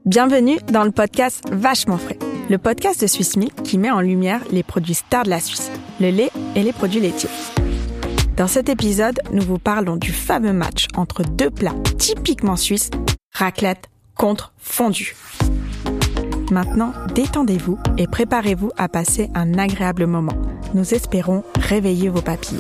Bienvenue dans le podcast Vachement Frais, le podcast de Swiss Me qui met en lumière les produits stars de la Suisse, le lait et les produits laitiers. Dans cet épisode, nous vous parlons du fameux match entre deux plats typiquement suisses, raclette contre fondue. Maintenant, détendez-vous et préparez-vous à passer un agréable moment. Nous espérons réveiller vos papilles.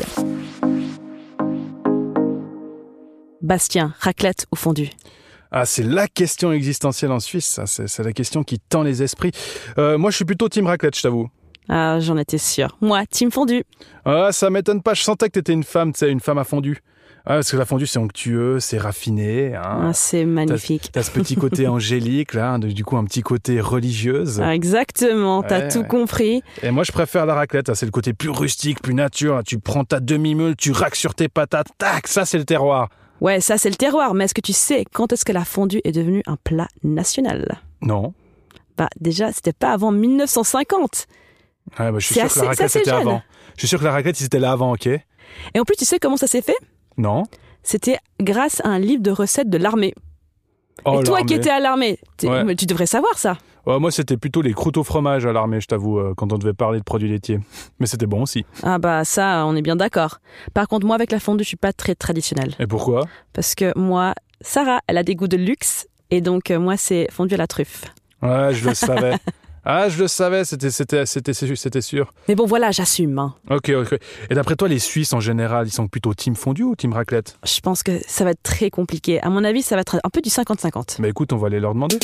Bastien, raclette ou fondue? Ah, c'est la question existentielle en Suisse, ça. C'est la question qui tend les esprits. Moi, je suis plutôt team raclette, je t'avoue. Ah, j'en étais sûre. Moi, team fondue. Ah, ça m'étonne pas, je sentais que t'étais une femme, tu sais, une femme à fondue. Ah, parce que la fondue, c'est onctueux, c'est raffiné. Hein. Ah, c'est magnifique. T'as ce petit côté angélique, là, du coup, un petit côté religieuse. Ah, exactement, t'as tout compris. Et moi, je préfère la raclette, c'est le côté plus rustique, plus nature. Tu prends ta demi-meule, tu raques sur tes patates, tac, ça, c'est le terroir. Ouais, ça c'est le terroir, mais est-ce que tu sais quand est-ce que la fondue est devenue un plat national? Non. Bah déjà, c'était pas avant 1950. Ouais, je suis sûr que la raclette c'était avant. Je suis sûr que la raclette c'était là avant, ok? Et en plus, tu sais comment ça s'est fait? Non. C'était grâce à un livre de recettes de l'armée. Oh, et toi l'armée. qui étais à l'armée, Ouais. tu devrais savoir ça. Ouais, moi, c'était plutôt les croûtes au fromage à l'armée, je t'avoue, quand on devait parler de produits laitiers. Mais c'était bon aussi. Ah bah ça, on est bien d'accord. Par contre, moi avec la fondue, je suis pas très traditionnelle. Et pourquoi? Parce que moi, Sarah, elle a des goûts de luxe, et donc moi, c'est fondue à la truffe. Ouais, je le savais. Ah, je le savais, c'était sûr. Mais bon, voilà, j'assume. Hein. Ok. Et d'après toi, les Suisses, en général, ils sont plutôt team fondue ou team raclette? Je pense que ça va être très compliqué. À mon avis, ça va être un peu du 50-50. Bah écoute, on va aller leur demander.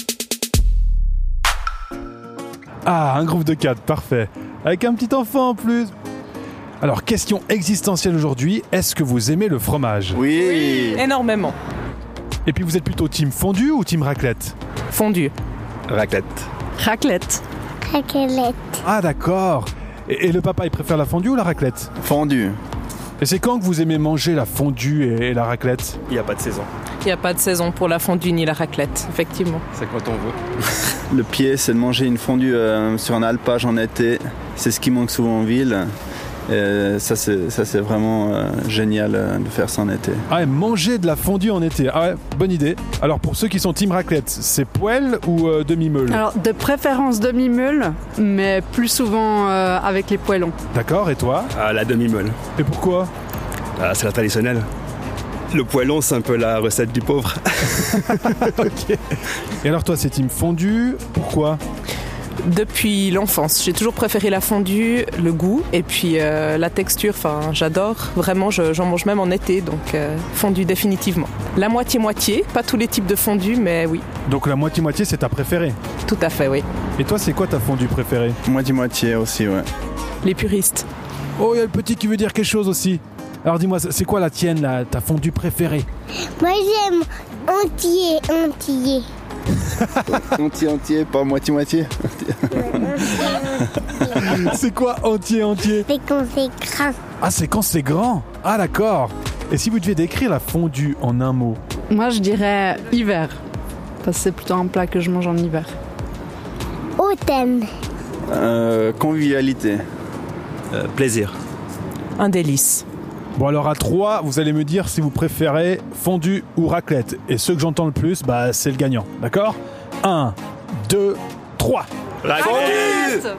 Ah, un groupe de 4, parfait. Avec un petit enfant en plus. Alors, question existentielle aujourd'hui, est-ce que vous aimez le fromage? Oui. Énormément. Et puis vous êtes plutôt team fondue ou team raclette? Fondue. Raclette. Raclette. Raclette. Ah d'accord. Et le papa, il préfère la fondue ou la raclette? Fondue. Et c'est quand que vous aimez manger la fondue et la raclette? Il n'y a pas de saison. Il n'y a pas de saison pour la fondue ni la raclette, effectivement. C'est quand on veut. Le pied, c'est de manger une fondue sur un alpage en été. C'est ce qui manque souvent en ville. Et ça, c'est vraiment génial de faire ça en été. Ah, et manger de la fondue en été. Ah ouais, bonne idée. Alors pour ceux qui sont team raclette, c'est poêle ou demi-meule? Alors, de préférence demi-meule, mais plus souvent avec les poêlons. D'accord, et toi? Ah, la demi-meule. Et pourquoi? Ah, c'est la traditionnelle. Le poêlon, c'est un peu la recette du pauvre. Ok. Et alors toi, c'est team fondue, pourquoi? Depuis l'enfance, j'ai toujours préféré la fondue, le goût et puis la texture. Enfin, j'adore. Vraiment, j'en mange même en été, donc fondue définitivement. La moitié-moitié, pas tous les types de fondue, mais oui. Donc la moitié-moitié, c'est ta préférée? Tout à fait, oui. Et toi, c'est quoi ta fondue préférée? Moitié-moitié aussi, ouais. Les puristes. Oh, il y a le petit qui veut dire quelque chose aussi. Alors dis-moi, c'est quoi la tienne, là, ta fondue préférée? Moi j'aime entier. Entier, pas moitié-moitié. C'est quoi entier? C'est quand c'est gras. Ah, c'est quand c'est grand. Ah, d'accord. Et si vous deviez décrire la fondue en un mot? Moi, je dirais hiver. Parce que c'est plutôt un plat que je mange en hiver. Automne. Convivialité. Plaisir. Un délice. Bon, alors à 3, vous allez me dire si vous préférez fondue ou raclette. Et ceux que j'entends le plus, bah, c'est le gagnant. D'accord? 1, 2, 3. Raclette.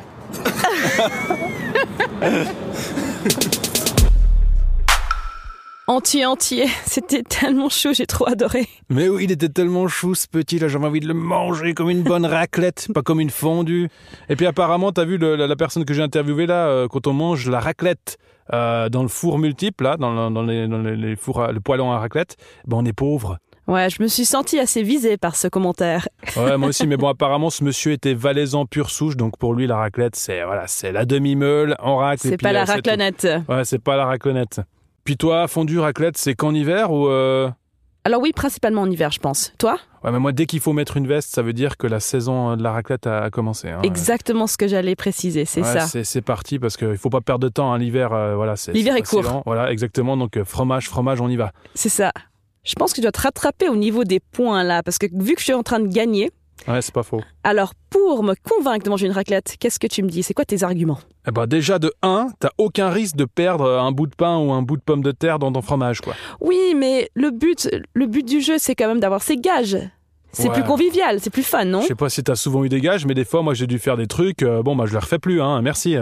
Entier. C'était tellement chou, j'ai trop adoré. Mais oui, il était tellement chou ce petit là, j'avais envie de le manger comme une bonne raclette, pas comme une fondue. Et puis apparemment, t'as vu la personne que j'ai interviewée là, quand on mange la raclette dans le four multiple, là, dans les fours, le poêlon à raclette, ben on est pauvre. Ouais, je me suis sentie assez visée par ce commentaire. Ouais, moi aussi, mais bon, apparemment, ce monsieur était valaisan pure souche, donc pour lui, la raclette, c'est la demi-meule, en racle. C'est pas la raclonnette. Ouais, c'est pas la raclonnette. Puis toi, fondue, raclette, c'est qu'en hiver ou Alors oui, principalement en hiver, je pense. Toi? Ouais, mais moi, dès qu'il faut mettre une veste, ça veut dire que la saison de la raclette a commencé. Hein. Exactement ce que j'allais préciser, c'est Ouais, ça. C'est parti, parce qu'il faut pas perdre de temps. Hein. L'hiver, voilà, L'hiver est court. lent. Voilà, exactement. Donc, fromage, on y va. C'est ça. Je pense que tu dois te rattraper au niveau des points là, parce que vu que je suis en train de gagner, Ouais, c'est pas faux. alors pour me convaincre de manger une raclette, qu'est-ce que tu me dis? C'est quoi tes arguments? Eh ben déjà, de 1, t'as aucun risque de perdre un bout de pain ou un bout de pomme de terre dans ton fromage, quoi. Oui, mais le but du jeu, c'est quand même d'avoir ses gages. C'est plus convivial, c'est plus fun, non? Je sais pas si t'as souvent eu des gages, mais des fois, moi, j'ai dû faire des trucs. Je les refais plus, hein. Merci.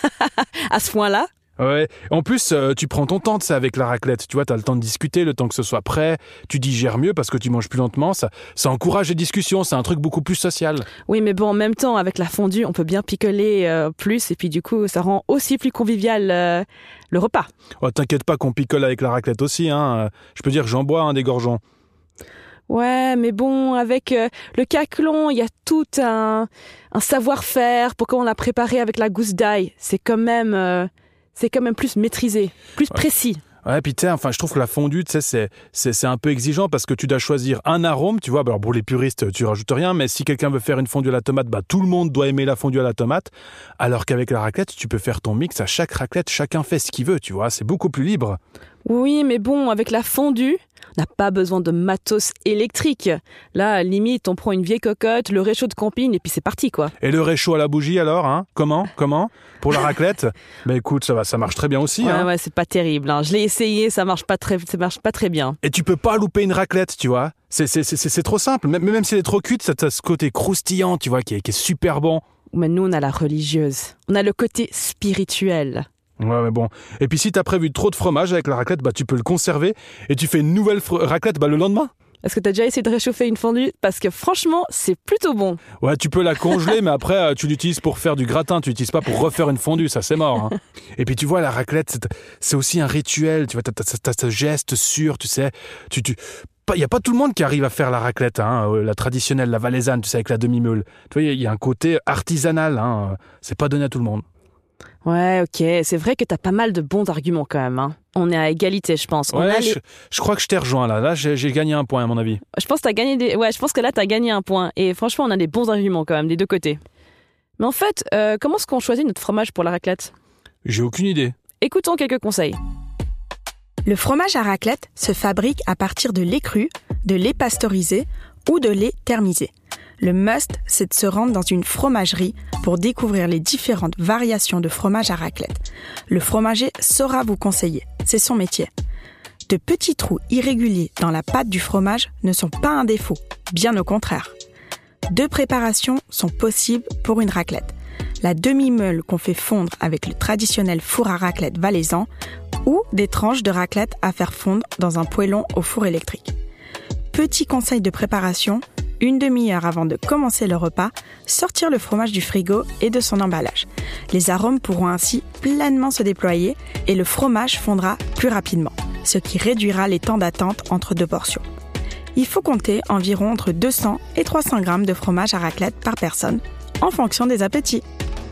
À ce point-là? Ouais. En plus, tu prends ton temps, avec la raclette. Tu vois, t'as le temps de discuter, le temps que ce soit prêt. Tu digères mieux parce que tu manges plus lentement. Ça encourage les discussions. C'est un truc beaucoup plus social. Oui, mais bon, en même temps, avec la fondue, on peut bien picoler plus. Et puis, du coup, ça rend aussi plus convivial le repas. Oh, t'inquiète pas qu'on picole avec la raclette aussi, hein. Je peux dire que j'en bois, des gorgeons. Ouais, mais bon, avec le caclon, il y a tout un savoir-faire pour comment on l'a préparé avec la gousse d'ail. C'est quand même plus maîtrisé, plus précis. Ouais, puis je trouve que la fondue, c'est un peu exigeant parce que tu dois choisir un arôme, tu vois. Alors pour les puristes, tu rajoutes rien, mais si quelqu'un veut faire une fondue à la tomate, tout le monde doit aimer la fondue à la tomate. Alors qu'avec la raclette, tu peux faire ton mix à chaque raclette, chacun fait ce qu'il veut, tu vois. C'est beaucoup plus libre. Oui, mais bon, avec la fondue, on n'a pas besoin de matos électrique. Là, limite, on prend une vieille cocotte, le réchaud de camping et puis c'est parti, quoi. Et le réchaud à la bougie alors, hein? Comment? Pour la raclette? Écoute, ça marche très bien aussi. Ouais, c'est pas terrible. Hein. Je l'ai essayé, ça marche pas très bien. Et tu peux pas louper une raclette, tu vois. C'est trop simple. Même si elle est trop cuite, ça a ce côté croustillant, tu vois, qui est super bon. Mais nous, on a la religieuse. On a le côté spirituel. Ouais, mais bon. Et puis si t'as prévu trop de fromage avec la raclette, tu peux le conserver et tu fais une nouvelle raclette le lendemain. Est-ce que t'as déjà essayé de réchauffer une fondue? Parce que franchement, c'est plutôt bon. Ouais, tu peux la congeler, mais après, tu l'utilises pour faire du gratin. Tu l'utilises pas pour refaire une fondue, ça c'est mort. Hein. Et puis tu vois, la raclette, c'est aussi un rituel. Tu vois, t'as ce geste sûr, tu sais. Il n'y a pas tout le monde qui arrive à faire la raclette, la traditionnelle, la valaisanne, tu sais, avec la demi-meule. Tu vois, il y a un côté artisanal, c'est pas donné à tout le monde. Ouais, ok, c'est vrai que t'as pas mal de bons arguments quand même. Hein. On est à égalité, je pense. Je crois que je t'ai rejoint là. Là, j'ai gagné un point à mon avis. Je pense que là, t'as gagné un point. Et franchement, on a des bons arguments quand même des deux côtés. Mais en fait, comment est-ce qu'on choisit notre fromage pour la raclette? J'ai aucune idée. Écoutons quelques conseils. Le fromage à raclette se fabrique à partir de lait cru, de lait pasteurisé ou de lait thermisé. Le must, c'est de se rendre dans une fromagerie pour découvrir les différentes variations de fromage à raclette. Le fromager saura vous conseiller, c'est son métier. De petits trous irréguliers dans la pâte du fromage ne sont pas un défaut, bien au contraire. 2 préparations sont possibles pour une raclette. La demi-meule qu'on fait fondre avec le traditionnel four à raclette valaisan ou des tranches de raclette à faire fondre dans un poêlon au four électrique. Petit conseil de préparation, une demi-heure avant de commencer le repas, sortir le fromage du frigo et de son emballage. Les arômes pourront ainsi pleinement se déployer et le fromage fondra plus rapidement, ce qui réduira les temps d'attente entre 2 portions. Il faut compter environ entre 200 et 300 grammes de fromage à raclette par personne, en fonction des appétits.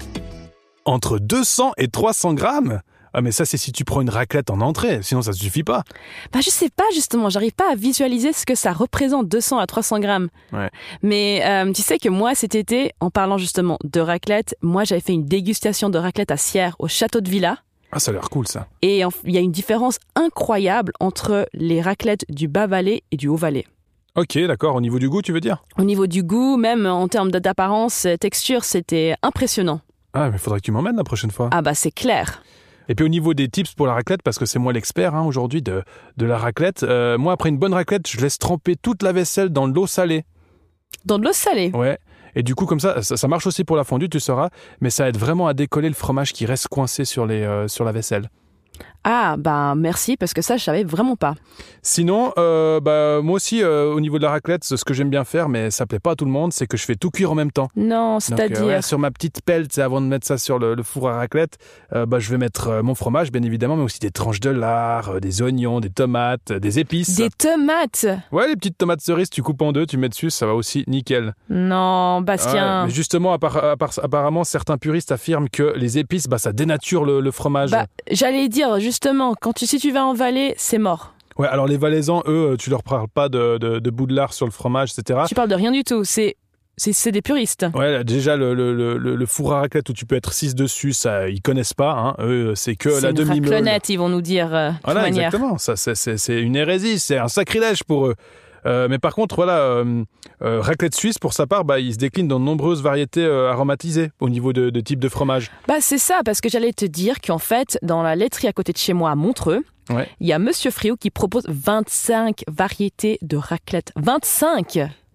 Entre 200 et 300 grammes ? Ah mais ça c'est si tu prends une raclette en entrée, sinon ça suffit pas. Je sais pas justement, j'arrive pas à visualiser ce que ça représente 200 à 300 grammes. Ouais. Mais tu sais que moi cet été, en parlant justement de raclette, moi j'avais fait une dégustation de raclette à Sierre au château de Villa. Ah ça a l'air cool ça. Et il y a une différence incroyable entre les raclettes du Bas-Valais et du Haut-Valais. Ok, d'accord, au niveau du goût tu veux dire ? Au niveau du goût, même en termes d'apparence, texture, c'était impressionnant. Ah mais faudrait que tu m'emmènes la prochaine fois. Ah c'est clair. Et puis au niveau des tips pour la raclette, parce que c'est moi l'expert aujourd'hui de la raclette, moi après une bonne raclette, je laisse tremper toute la vaisselle dans de l'eau salée. Dans de l'eau salée ? Ouais. Et du coup comme ça marche aussi pour la fondue, tu sauras, mais ça aide vraiment à décoller le fromage qui reste coincé sur la vaisselle. Ah, merci, parce que ça, je savais vraiment pas. Sinon, moi aussi, au niveau de la raclette, ce que j'aime bien faire, mais ça plaît pas à tout le monde, c'est que je fais tout cuire en même temps. Non, c'est-à-dire sur ma petite pelle, avant de mettre ça sur le four à raclette, je vais mettre mon fromage, bien évidemment, mais aussi des tranches de lard, des oignons, des tomates, des épices. Des tomates ? Ouais, les petites tomates cerises, tu coupes en 2, tu mets dessus, ça va aussi nickel. Non, Bastien. Ouais, mais justement, apparemment, certains puristes affirment que les épices, ça dénature le fromage. J'allais dire, justement, si tu vas en Valais, c'est mort. Ouais, alors les Valaisans, eux, tu leur parles pas de bout de lard sur le fromage, etc. Tu parles de rien du tout, c'est des puristes. Ouais, déjà, le four à raclette où tu peux être 6 dessus, ça, ils connaissent pas. Eux, c'est que la demi-meule. C'est une raclette, ils vont nous dire. Voilà, exactement. Ça, c'est une hérésie, c'est un sacrilège pour eux. Mais par contre, raclette suisse, pour sa part, il se décline dans de nombreuses variétés aromatisées au niveau de type de fromage. C'est ça, parce que j'allais te dire qu'en fait, dans la laiterie à côté de chez moi à Montreux, il y a Monsieur Friot qui propose 25 variétés de raclette. 25 !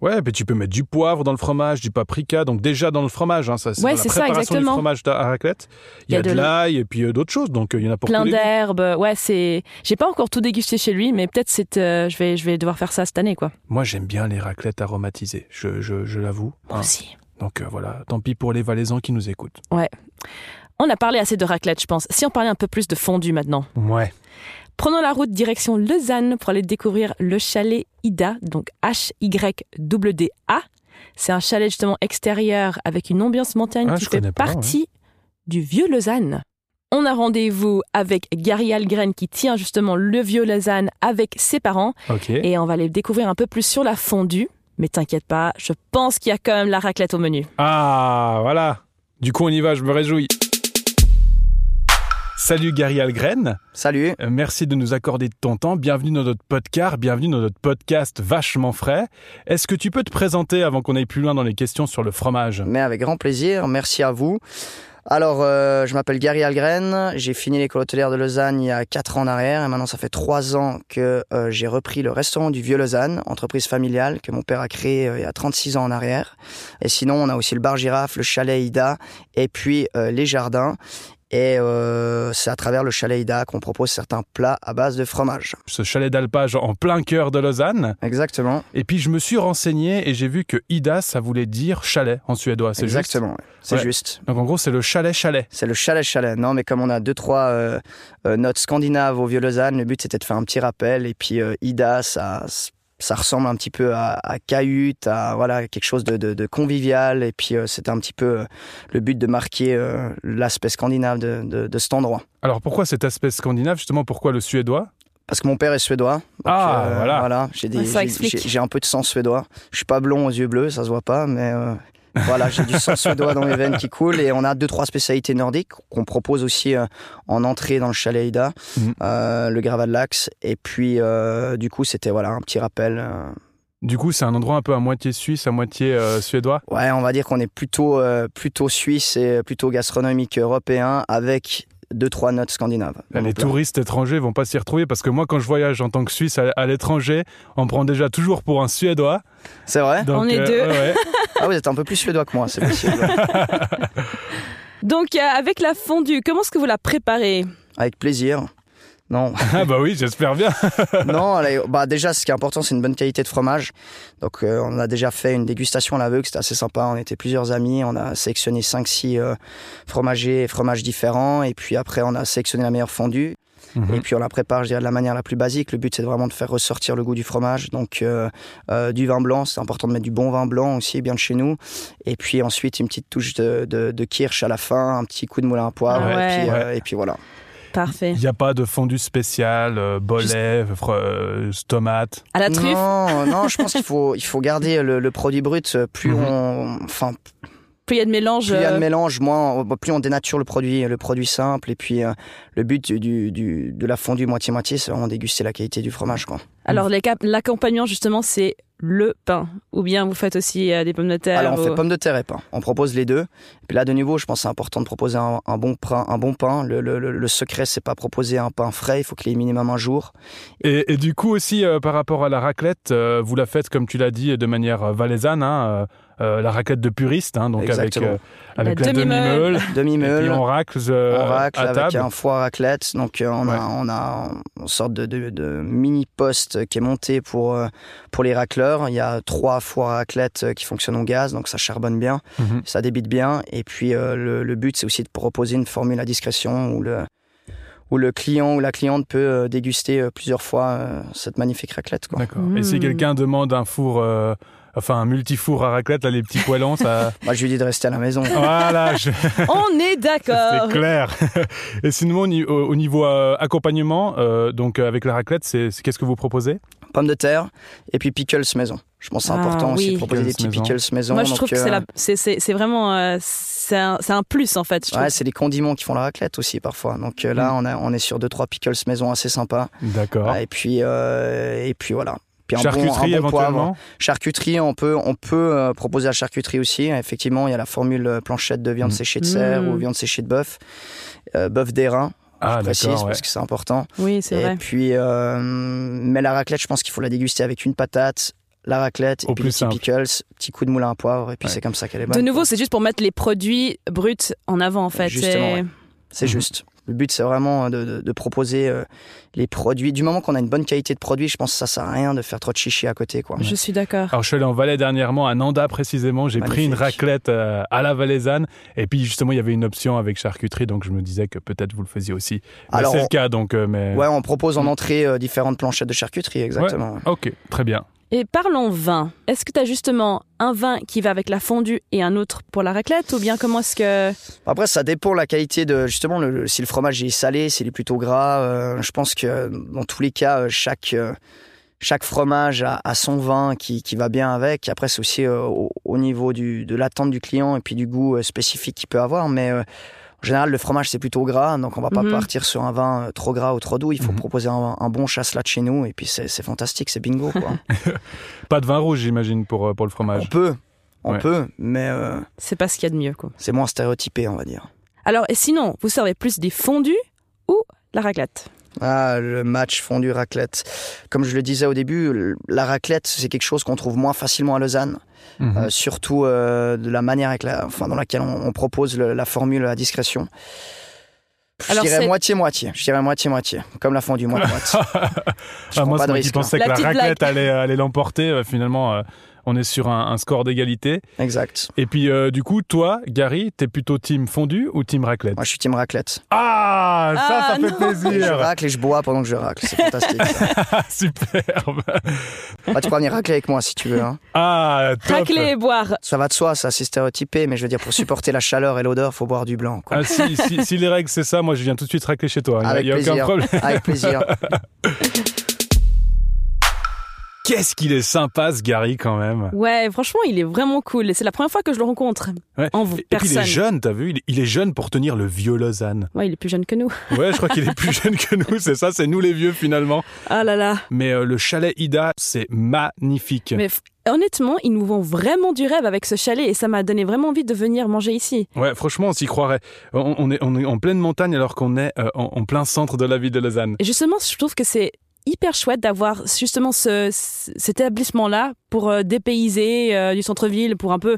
Ouais, puis tu peux mettre du poivre dans le fromage, du paprika, donc déjà dans le fromage, hein, ça, c'est Ouais, dans la c'est ça, préparation exactement. du fromage à raclette. Il y a de l'ail et puis d'autres choses, donc il y en a pour Plein tous les goûts. d'herbes. Ouais, j'ai pas encore tout dégusté chez lui, mais peut-être je vais devoir faire ça cette année, quoi. Moi, j'aime bien les raclettes aromatisées, je l'avoue. Moi aussi. Donc voilà, tant pis pour les Valaisans qui nous écoutent. Ouais. On a parlé assez de raclette, je pense. Si on parlait un peu plus de fondue maintenant. Ouais. Prenons la route direction Lausanne pour aller découvrir le chalet Ida, donc Hywda. C'est un chalet justement extérieur avec une ambiance montagne qui fait partie du Vieux Lausanne. On a rendez-vous avec Gary Algren qui tient justement le Vieux Lausanne avec ses parents. Okay. Et on va aller découvrir un peu plus sur la fondue. Mais t'inquiète pas, je pense qu'il y a quand même la raclette au menu. Ah, voilà. Du coup, on y va, je me réjouis. Salut Gary Algren. Salut. Merci de nous accorder de ton temps. Bienvenue dans notre podcast vachement frais. Est-ce que tu peux te présenter avant qu'on aille plus loin dans les questions sur le fromage ? Mais avec grand plaisir, merci à vous. Alors, je m'appelle Gary Algren, j'ai fini l'école hôtelière de Lausanne il y a 4 ans en arrière et maintenant ça fait 3 ans que j'ai repris le restaurant du Vieux Lausanne, entreprise familiale que mon père a créée il y a 36 ans en arrière. Et sinon, on a aussi le bar Girafe, le chalet Ida et puis les jardins. Et c'est à travers le chalet Ida qu'on propose certains plats à base de fromage. Ce chalet d'alpage en plein cœur de Lausanne. Exactement. Et puis je me suis renseigné et j'ai vu que Ida, ça voulait dire chalet en suédois, c'est Exactement, juste ? C'est juste. Donc en gros, c'est le chalet-chalet. C'est le chalet-chalet. Non, mais comme on a 2-3 notes scandinaves au Vieux-Lausanne, le but c'était de faire un petit rappel. Et puis Ida, ça ressemble un petit peu à cahute, à voilà, quelque chose de convivial. Et puis c'était un petit peu le but de marquer l'aspect scandinave de cet endroit. Alors pourquoi cet aspect scandinave, justement, pourquoi le suédois ? Parce que mon père est suédois. Donc, voilà. J'ai un peu de sang suédois. Je suis pas blond aux yeux bleus, ça se voit pas, mais voilà, j'ai du sang suédois dans mes veines qui coule. Et on a 2-3 spécialités nordiques qu'on propose aussi en entrée dans le chalet Ida, le Gravalax. Et puis, du coup, c'était voilà un petit rappel. Du coup, c'est un endroit un peu à moitié suisse, à moitié suédois. Ouais, on va dire qu'on est plutôt suisse et plutôt gastronomique européen avec 2-3 notes scandinaves. Les touristes étrangers vont pas s'y retrouver parce que moi, quand je voyage en tant que Suisse à l'étranger, on me prend déjà toujours pour un Suédois. C'est vrai ? Donc, on est deux. Ouais. Ah, vous êtes un peu plus suédois que moi, c'est possible. Donc, avec la fondue, comment est-ce que vous la préparez ? Avec plaisir. Non. Ah bah oui, j'espère bien. Non, déjà, ce qui est important, c'est une bonne qualité de fromage. Donc, on a déjà fait une dégustation à l'aveugle, c'était assez sympa. On était plusieurs amis, on a sélectionné 5-6 fromagers et fromages différents. Et puis après, on a sélectionné la meilleure fondue. Et puis on la prépare, je dirais, de la manière la plus basique. Le but, c'est vraiment de faire ressortir le goût du fromage. Donc du vin blanc, c'est important de mettre du bon vin blanc aussi, bien de chez nous. Et puis ensuite, une petite touche de kirsch à la fin, un petit coup de moulin à poivre. Et puis voilà. Parfait. Il n'y a pas de fondue spéciale, bolet, tomate. À la truffe ? Non, je pense qu'il faut garder le produit brut. Plus il y a de mélange. Plus il y a de mélange, plus on dénature le produit simple. Et puis le but de la fondue moitié-moitié, c'est vraiment déguster la qualité du fromage, quoi. Alors l'accompagnement, justement, c'est le pain. Ou bien vous faites aussi des pommes de terre. Alors on fait pommes de terre et pain. On propose les deux. Et puis là, de nouveau, je pense que c'est important de proposer un bon pain. Le secret, c'est pas proposer un pain frais. Il faut qu'il ait minimum un jour. Et du coup aussi, par rapport à la raclette, vous la faites, comme tu l'as dit, de manière valaisanne, hein, la raclette de puriste, hein, donc avec la demi-meule. Et puis on racle à avec table. un foie raclette. Donc on a une sorte de mini poste qui est monté pour les racleurs. Il y a 3 foies raclette qui fonctionnent au gaz, donc ça charbonne bien, ça débite bien. Et puis le but, c'est aussi de proposer une formule à discrétion où le client ou la cliente peut déguster plusieurs fois cette magnifique raclette, quoi. D'accord. Et si quelqu'un demande un four, un multifour à raclette, là, les petits poêlons, ça... Moi, je lui dis de rester à la maison. Voilà. On est d'accord. C'est clair. Et sinon, au niveau accompagnement, donc avec la raclette, qu'est-ce que vous proposez ? Pommes de terre et puis pickles maison. Je pense que c'est important aussi de proposer des petits pickles maison. Moi, je trouve que c'est vraiment c'est un plus, en fait. Ouais, c'est les condiments qui font la raclette aussi parfois. Donc là, on est sur 2-3 pickles maison assez sympas. D'accord. Et puis voilà. Puis charcuterie un bon éventuellement. Poivre. Charcuterie, on peut proposer la charcuterie aussi. Effectivement, il y a la formule planchette de viande séchée de cerf ou viande séchée de bœuf, bœuf d'airain. Je précise parce que c'est important. Oui, c'est vrai. Et puis, mais la raclette, je pense qu'il faut la déguster avec une patate, la raclette, et Au puis plus les petits simple. pickles, petit coup de moulin à poivre, et puis c'est comme ça qu'elle est bonne. De nouveau, quoi. c'est juste pour mettre les produits bruts en avant, en fait. Justement, ouais. C'est juste. Le but, c'est vraiment de proposer les produits. Du moment qu'on a une bonne qualité de produit, je pense que ça sert à rien de faire trop de chichi à côté, quoi. Je suis d'accord. Alors je suis allé en Valais dernièrement, à Nanda précisément, j'ai pris une Magnifique. raclette à la valaisanne et puis justement il y avait une option avec charcuterie donc je me disais que peut-être vous le faisiez aussi. Alors, c'est le cas donc mais... Ouais, on propose en entrée différentes planchettes de charcuterie, exactement. Ouais. Ok, très bien. Et parlons vin. Est-ce que tu as justement un vin qui va avec la fondue et un autre pour la raclette ou bien comment est-ce que... Après, ça dépend de la qualité de... Justement, si le fromage est salé, s'il est plutôt gras, je pense que dans tous les cas, chaque fromage a son vin qui va bien avec. Après, c'est aussi au niveau de l'attente du client et puis du goût spécifique qu'il peut avoir. Mais en général, le fromage, c'est plutôt gras. Donc, on va pas partir sur un vin trop gras ou trop doux. Il faut proposer un bon chasselas de chez nous. Et puis, c'est fantastique, c'est bingo, quoi. Pas de vin rouge, j'imagine, pour le fromage. On peut, mais C'est pas ce qu'il y a de mieux, quoi. c'est moins stéréotypé, on va dire. Alors, et sinon, vous servez plus des fondus ou la raclette? Ah, le match fondu raclette. Comme je le disais au début, la raclette, c'est quelque chose qu'on trouve moins facilement à Lausanne. Surtout de la manière dans laquelle on propose la formule à discrétion. Je dirais moitié-moitié. Comme la fondue, moitié-moitié. Moi, pas de c'est moi qui risque, pensais que La la petite raclette allait l'emporter. Finalement, on est sur un score d'égalité. Exact. Et puis, du coup, toi, Gary, t'es plutôt team fondue ou team raclette? Moi, je suis team raclette. Ah, ça fait non. Je plaisir. racle et je bois pendant que je racle. C'est fantastique. Ça. Superbe. Bah, tu peux venir racler avec moi si tu veux. Hein. Ah, top. Racler et boire. Ça va de soi, ça, c'est stéréotypé, mais je veux dire, pour supporter la chaleur et l'odeur, faut boire du blanc. Quoi. Ah, si les règles c'est ça, moi je viens tout de suite racler chez toi. Avec Il n'y a aucun plaisir. problème. Avec plaisir. Qu'est-ce qu'il est sympa ce Gary quand même. Ouais, franchement, il est vraiment cool. Et c'est la première fois que je le rencontre. Ouais. En Et puis personne. il est jeune, t'as vu, il est jeune pour tenir le vieux Lausanne. Ouais, il est plus jeune que nous. Ouais, je crois qu'il est plus jeune que nous, c'est ça, c'est nous les vieux finalement. Ah là là. Mais le chalet Ida, c'est magnifique. Mais honnêtement, ils nous vendent vraiment du rêve avec ce chalet et ça m'a donné vraiment envie de venir manger ici. Ouais, franchement, on s'y croirait. On est en pleine montagne alors qu'on est en plein centre de la ville de Lausanne. Et justement, je trouve que c'est hyper chouette d'avoir justement cet établissement-là pour dépayser du centre-ville, pour un peu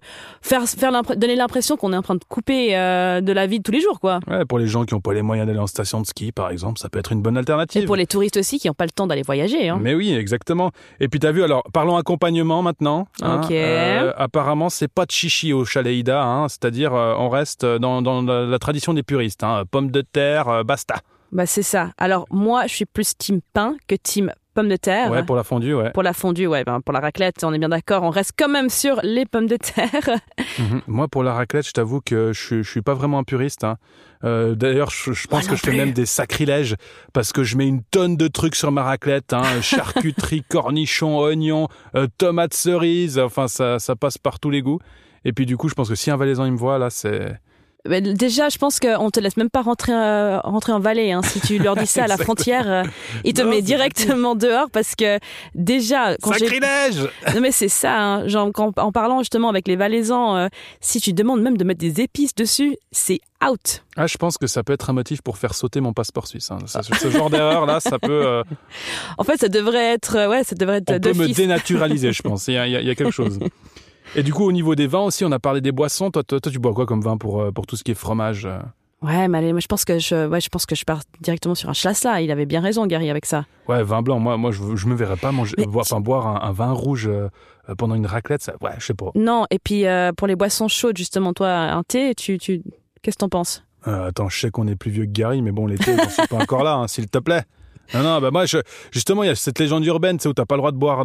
donner l'impression qu'on est en train de couper de la vie de tous les jours, quoi. Ouais, pour les gens qui n'ont pas les moyens d'aller en station de ski, par exemple, ça peut être une bonne alternative. Et pour les touristes aussi qui n'ont pas le temps d'aller voyager. Hein. Mais oui, exactement. Et puis t'as vu, alors parlons accompagnement maintenant. Ok. Apparemment, c'est pas de chichi au chalet Ida, hein, c'est-à-dire on reste dans la tradition des puristes. Hein, pommes de terre, basta. Bah c'est ça. Alors moi, je suis plus team pain que team pommes de terre. Ouais, pour la fondue, ouais. Pour la fondue, ouais. Ben, pour la raclette, on est bien d'accord. On reste quand même sur les pommes de terre. Moi, pour la raclette, je t'avoue que je suis pas vraiment un puriste. Hein. D'ailleurs, je pense que je fais même des sacrilèges parce que je mets une tonne de trucs sur ma raclette. Hein, charcuterie, cornichons, oignons, tomates cerises. Enfin, ça passe par tous les goûts. Et puis du coup, je pense que si un Valaisan il me voit, là, c'est... Déjà, je pense qu'on te laisse même pas rentrer en Valais. Hein. Si tu leur dis ça à la frontière, ils te mettent directement dehors parce que déjà... Sacrilège. Non mais c'est ça. Hein. Genre, en parlant justement avec les Valaisans, si tu demandes même de mettre des épices dessus, c'est out. Ah, je pense que ça peut être un motif pour faire sauter mon passeport suisse. Hein. Ce genre d'erreur-là, ça peut... En fait, ça devrait être... Ouais, ça devrait être on peut d'office. me dénaturaliser, je pense. Il y a quelque chose. Et du coup, au niveau des vins aussi, on a parlé des boissons. Toi, tu bois quoi comme vin pour tout ce qui est fromage? Ouais, mais allez, moi, je pense que je pars directement sur un Chasselas. Il avait bien raison, Gary, avec ça. Ouais, vin blanc. Moi, je me verrais pas boire un vin rouge pendant une raclette. Ça, ouais, je sais pas. Non, et puis pour les boissons chaudes, justement, toi, un thé, qu'est-ce que t'en penses? Attends, je sais qu'on est plus vieux que Gary, mais bon, l'été, j'en suis pas encore là, hein, s'il te plaît. Non, bah moi, justement, il y a cette légende urbaine, c'est où t'as pas le droit de boire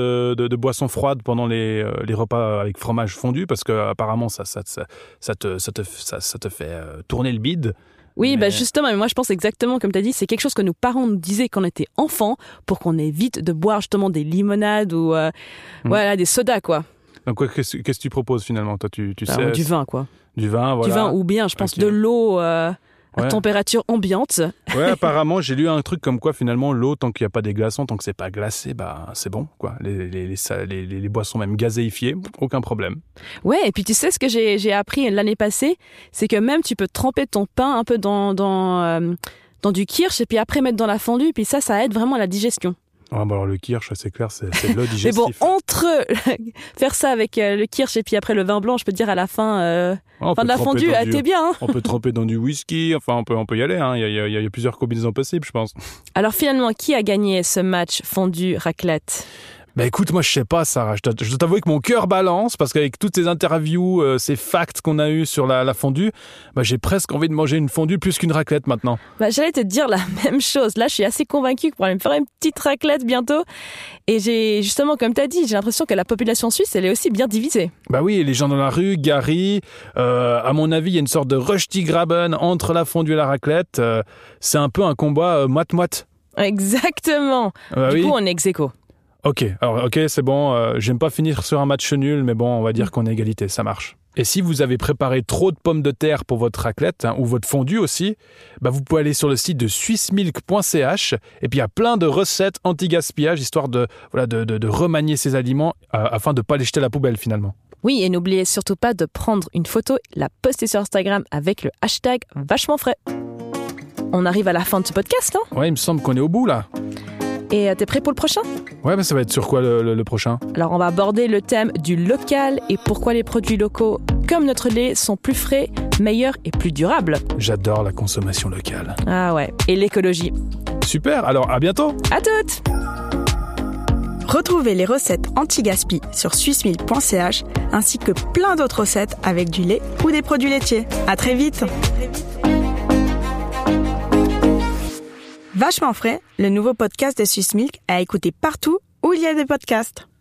de boissons froides pendant les repas avec fromage fondu, parce que apparemment ça te fait tourner le bide. Oui, bah justement, mais moi je pense exactement comme tu as dit, c'est quelque chose que nos parents nous disaient quand on était enfants, pour qu'on évite de boire justement des limonades ou voilà, des sodas, quoi. Donc qu'est-ce que tu proposes finalement? Toi, tu sais, du vin, quoi. Du vin, voilà. Du vin, ou bien, je pense, de l'eau à température ambiante. Ouais, apparemment, j'ai lu un truc comme quoi, finalement, l'eau, tant qu'il n'y a pas des glaçons, tant que c'est pas glacé, bah, c'est bon, quoi. Les boissons même gazéifiées, aucun problème. Ouais, et puis tu sais ce que j'ai appris l'année passée, c'est que même tu peux tremper ton pain un peu dans du kirsch et puis après mettre dans la fondue, puis ça aide vraiment à la digestion. Ah bah alors le kirsch, c'est clair, c'est le digestif. Mais bon, entre faire ça avec le kirsch et puis après le vin blanc, je peux te dire à la fin, fin de la fondue, t'es bien. Hein. On peut tremper dans du whisky, enfin on peut y aller. Hein. Il y a plusieurs combinaisons possibles, je pense. Alors finalement, qui a gagné ce match fondue-raclette ? Bah écoute, moi je sais pas, Sarah. Je dois t'avouer que mon cœur balance parce qu'avec toutes ces interviews, ces facts qu'on a eus sur la fondue, bah j'ai presque envie de manger une fondue plus qu'une raclette maintenant. Bah j'allais te dire la même chose. Là, je suis assez convaincue que pour aller me faire une petite raclette bientôt. Et j'ai justement, comme t'as dit, j'ai l'impression que la population suisse, elle est aussi bien divisée. Bah oui, les gens dans la rue, Gary. À mon avis, il y a une sorte de Röstigraben entre la fondue et la raclette. C'est un peu un combat moite-moite. Exactement. Du coup, on est ex-aequo. Ok, c'est bon, j'aime pas finir sur un match nul, mais bon, on va dire qu'on est égalité, ça marche. Et si vous avez préparé trop de pommes de terre pour votre raclette, ou votre fondue aussi, bah vous pouvez aller sur le site de swissmilk.ch, et puis il y a plein de recettes anti-gaspillage, histoire de remanier ces aliments, afin de pas les jeter à la poubelle finalement. Oui, et n'oubliez surtout pas de prendre une photo, la poster sur Instagram avec le hashtag vachement frais. On arrive à la fin de ce podcast, non ? Ouais, il me semble qu'on est au bout là. Et t'es prêt pour le prochain ? Ouais, mais ça va être sur quoi le prochain ? Alors on va aborder le thème du local et pourquoi les produits locaux, comme notre lait, sont plus frais, meilleurs et plus durables. J'adore la consommation locale. Ah ouais, et l'écologie. Super, alors à bientôt ! À toutes ! Retrouvez les recettes anti-gaspi sur swissmilk.ch ainsi que plein d'autres recettes avec du lait ou des produits laitiers. À très vite. Vachement frais, le nouveau podcast de Swissmilk à écouter partout où il y a des podcasts.